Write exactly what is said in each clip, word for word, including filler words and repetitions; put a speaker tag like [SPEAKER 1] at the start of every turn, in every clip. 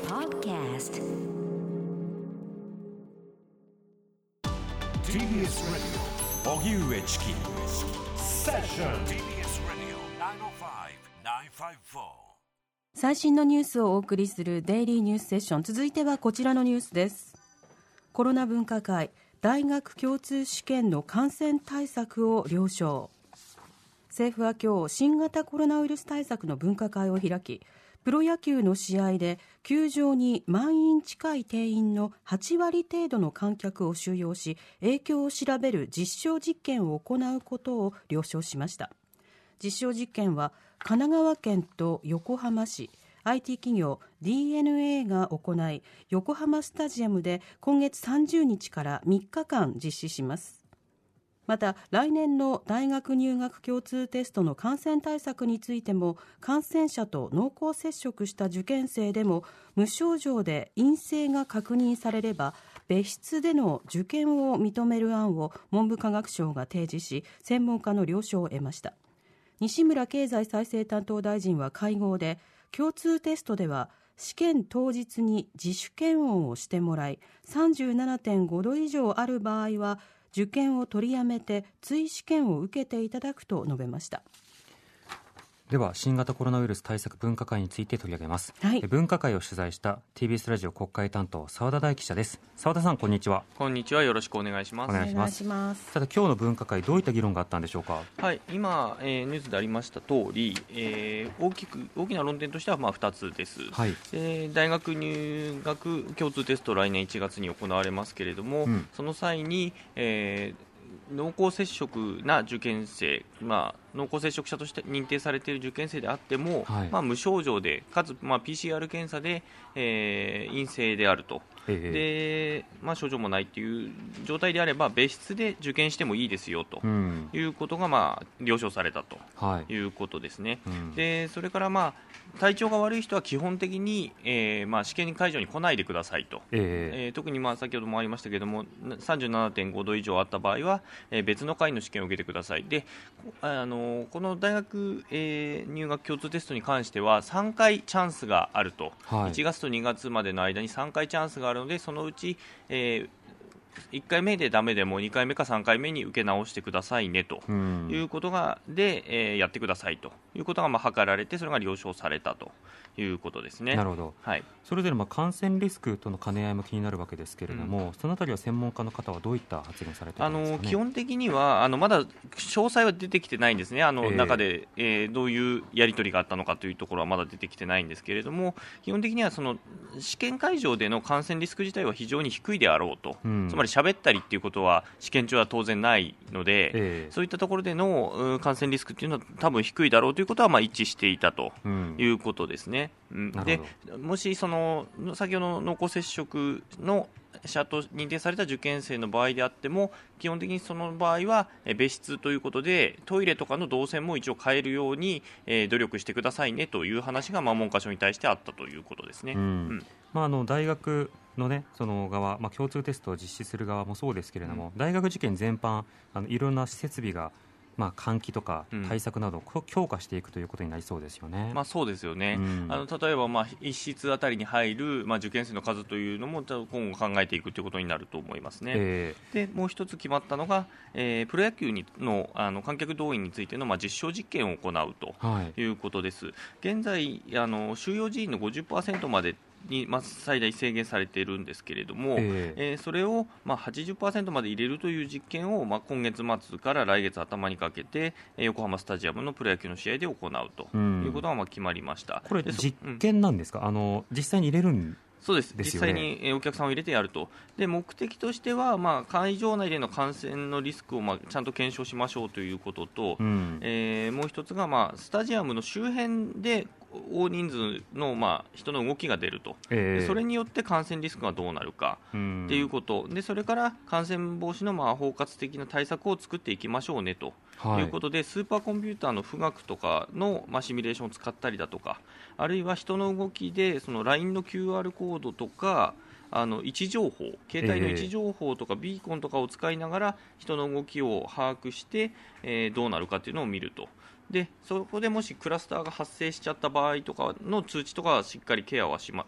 [SPEAKER 1] Podcast ティ
[SPEAKER 2] ービーエス Radio 荻上チキセッション ティービーエス Radio きゅうまるご きゅうごよん。
[SPEAKER 3] 最新のニュースをお送りするデイリーニュースセッション。続いてはこちらのニュースです。コロナ分科会、大学共通試験の感染対策を了承。政府は今日、新型コロナウイルス対策の分科会を開き、プロ野球の試合で球場に満員近い定員のはちわり程度の観客を収容し、影響を調べる実証実験を行うことを了承しました。実証実験は神奈川県と横浜市、アイティー 企業 ディーエヌエー が行い、横浜スタジアムで今月さんじゅうにちからみっかかん実施します。また来年の大学入学共通テストの感染対策についても、感染者と濃厚接触した受験生でも無症状で陰性が確認されれば、別室での受験を認める案を文部科学省が提示し、専門家の了承を得ました。西村経済再生担当大臣は会合で、共通テストでは試験当日に自主検温をしてもらい、 さんじゅうななてんご 度以上ある場合は受験を取りやめて追試験を受けていただくと述べました。
[SPEAKER 4] では新型コロナウイルス対策分科会について取り上げます、
[SPEAKER 3] はい、
[SPEAKER 4] 分科会を取材した ティービーエス ラジオ国会担当澤田大記者です。澤田さん、こんにちは。
[SPEAKER 5] こんにちは、よろしくお願いします。
[SPEAKER 4] お願いします。
[SPEAKER 3] お願いします。
[SPEAKER 4] ただ今日の分科会、どういった議論があったんでしょうか。
[SPEAKER 5] はい、今、えー、ニュースでありました通り、えー、大きく大きな論点としてはまあふたつです、
[SPEAKER 4] はい、
[SPEAKER 5] えー、大学入学共通テスト来年いちがつに行われますけれども、うん、その際に、えー濃厚接触な受験生、まあ、濃厚接触者として認定されている受験生であっても、はい、まあ、無症状でかつ、まあ、ピーシーアール 検査で、えー、陰性であると、でまあ、症状もないという状態であれば別室で受験してもいいですよということが、まあ、了承されたということですね、はい、うん、でそれから、まあ、体調が悪い人は基本的に、えーまあ、試験会場に来ないでくださいと、えーえー、特に、まあ、先ほどもありましたけれども さんじゅうななてんご 度以上あった場合は、えー、別の会の試験を受けてください。であのこの大学、えー、入学共通テストに関してはさんかいチャンスがあると、はい、いちがつとにがつまでの間にさんかいチャンスがあるので、そのうち、えーいっかいめでダメでもにかいめかさんかいめに受け直してくださいねということがで、えー、やってくださいということがまあ図られて、それが了承されたということですね。
[SPEAKER 4] なるほど、はい、それぞれまあ感染リスクとの兼ね合いも気になるわけですけれども、うん、そのあたりは専門家の方はどういった発言されているんですかね。
[SPEAKER 5] あの基本的にはあのまだ詳細は出てきてないんですね。あの、えー、中で、えー、どういうやり取りがあったのかというところはまだ出てきてないんですけれども、基本的にはその試験会場での感染リスク自体は非常に低いであろうと、うん、つまり喋ったりっていうことは試験中は当然ないので、えー、そういったところでの感染リスクっていうのは多分低いだろうということはまあ一致していたということですね、うん、でもしその先ほどの濃厚接触の者と認定された受験生の場合であっても、基本的にその場合は別室ということでトイレとかの動線も一応変えるように、えー、努力してくださいねという話がまあ文科省に対してあったということですね、うんうん、
[SPEAKER 4] まあ、あの大学のね、その側、まあ、共通テストを実施する側もそうですけれども、うん、大学受験全般あのいろんな設備がまあ、換気とか対策などを強化していくということになりそうですよね、
[SPEAKER 5] うん、まあ、そうですよね、うん、あの例えばまあ一室あたりに入る、まあ、受験生の数というのも今後考えていくということになると思いますね、えー、でもう一つ決まったのが、えー、プロ野球に の, あの観客動員についての、まあ、実証実験を行うということです、はい、現在あの収容人員の ごじゅっパーセント までに、まあ、最大制限されているんですけれども、えーえー、それを、まあ、はちじゅっパーセント まで入れるという実験を、まあ、今月末から来月頭にかけて横浜スタジアムのプロ野球の試合で行うということがまあ決まりました。
[SPEAKER 4] これ実験なんですか、うん、あの実際に入れるん
[SPEAKER 5] そうです、実際にお客さんを入れてやると。で目的としては、まあ、会場内での感染のリスクを、まあ、ちゃんと検証しましょうということと、うん、えー、もう一つが、まあ、スタジアムの周辺で大人数の、まあ、人の動きが出ると、えー、それによって感染リスクがどうなるかということで、それから感染防止の、まあ、包括的な対策を作っていきましょうねということで、はい、スーパーコンピューターの富岳とかの、まあ、シミュレーションを使ったりだとか、あるいは人の動きでその ライン の キューアール コードとかあの位置情報、携帯の位置情報とかビーコンとかを使いながら人の動きを把握して、えー、どうなるかというのを見ると。でそこでもしクラスターが発生しちゃった場合とかの通知とかはしっかりケアはします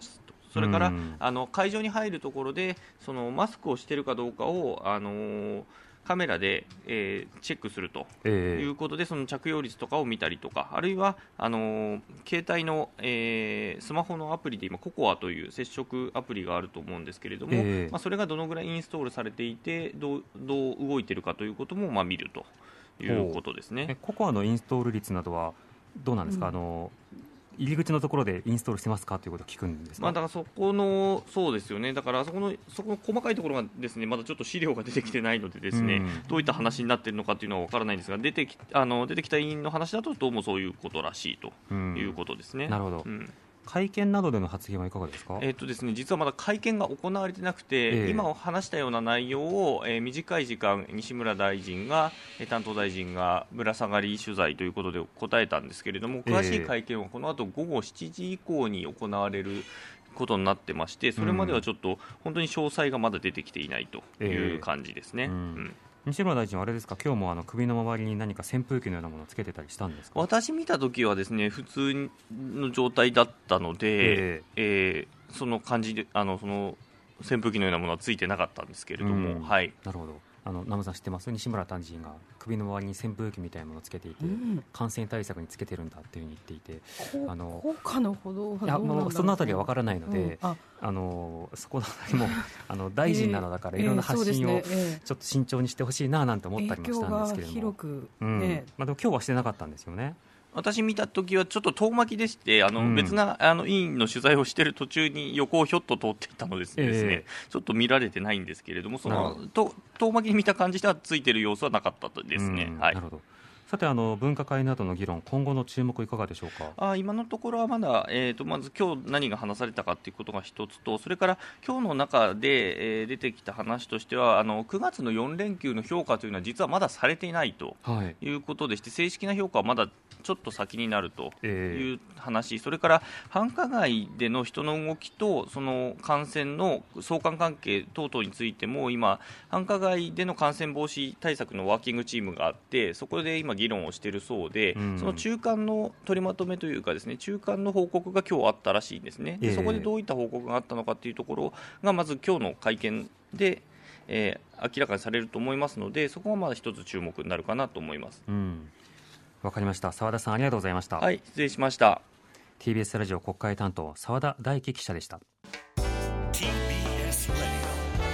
[SPEAKER 5] それから、
[SPEAKER 4] うん、
[SPEAKER 5] あの会場に入るところでそのマスクをしているかどうかを、あのーカメラで、えー、チェックするということで、えー、その着用率とかを見たりとか、あるいはあのー、携帯の、えー、スマホのアプリで今ココアという接触アプリがあると思うんですけれども、えーまあ、それがどのぐらいインストールされていてどう、どう動いているかということも、まあ、見るということですね。
[SPEAKER 4] えココアのインストール率などはどうなんですか、うん、あの入り口のところでインストールしてますかということを聞くんですか。
[SPEAKER 5] まあ、だからそこのそうですよね。だからそこのそこの細かいところがですね、まだちょっと資料が出てきてないのでですね、うん、どういった話になっているのかというのは分からないんですが、出てきあの出てきた委員の話だとどうもそういうことらしいということですね。
[SPEAKER 4] うん、なるほど。うん、会見などでの発言はいかがですか。
[SPEAKER 5] えーとですね、実はまだ会見が行われてなくて、えー、今話したような内容を、えー、短い時間西村大臣が担当大臣がぶら下がり取材ということで答えたんですけれども、詳しい会見はこの後午後しちじ以降に行われることになってまして、それまではちょっと本当に詳細がまだ出てきていないという感じですね。えーうんうん
[SPEAKER 4] 西村大臣はあれですか、今日もあの首の周りに何か扇風機のようなものをつけてたりしたんですか。
[SPEAKER 5] 私見たときはですね、普通の状態だったので、えーえー、その感じであのその扇風機のようなものはついてなかったんですけれども、うん、はい、
[SPEAKER 4] なるほど。あの南部さん知ってます？西村大臣が首の周りに扇風機みたいなものをつけていて、うん、感染対策につけてるんだっていうふうに言っていて、
[SPEAKER 3] あの効果のほどはどうなんだろう。
[SPEAKER 4] いや、そのあたりは分からないので、うん、ああのそこのあたりもあの大臣なのだからいろんな発信をちょっと慎重にしてほしいななんて思ったりもしたんですけれども、影響が
[SPEAKER 3] 広く、ね、
[SPEAKER 4] うんまあ、でも今日はしてなかったんですよね。
[SPEAKER 5] 私見たときはちょっと遠巻きでして、あの、うん、別なあの委員の取材をしている途中に横をひょっと通っていったのですね、えー、ちょっと見られてないんですけれども、そのと遠巻きに見た感じではついている様子はなかったですね。うんはい、
[SPEAKER 4] なるほど。さて、あの分科会などの議論、今後の注目いかがでしょうか。
[SPEAKER 5] あ今のところはまだ、えー、とまず今日何が話されたかということが一つと、それから今日の中で、えー、出てきた話としては、あのくがつのよん連休の評価というのは実はまだされていないということでして、はい、正式な評価はまだちょっと先になるという話、えー、それから繁華街での人の動きとその感染の相関関係等々についても今、繁華街での感染防止対策のワーキングチームがあって、そこで今議論をしているそうで、うん、その中間の取りまとめというかですね、中間の報告が今日あったらしいんですね。でそこでどういった報告があったのかというところがまず今日の会見で、えー、明らかにされると思いますので、そこがまだ一つ注目になるかなと思います。
[SPEAKER 4] うん、わかりました。澤田さん、ありがとうございました。
[SPEAKER 5] はい、失礼しました。
[SPEAKER 4] ティービーエス ラジオ国会担当澤田大樹記者でした。
[SPEAKER 2] ティービーエス ラジオ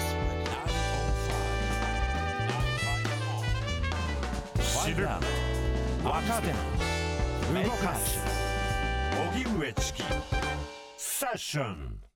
[SPEAKER 2] 知る、若手、動かす、荻上チキセッション。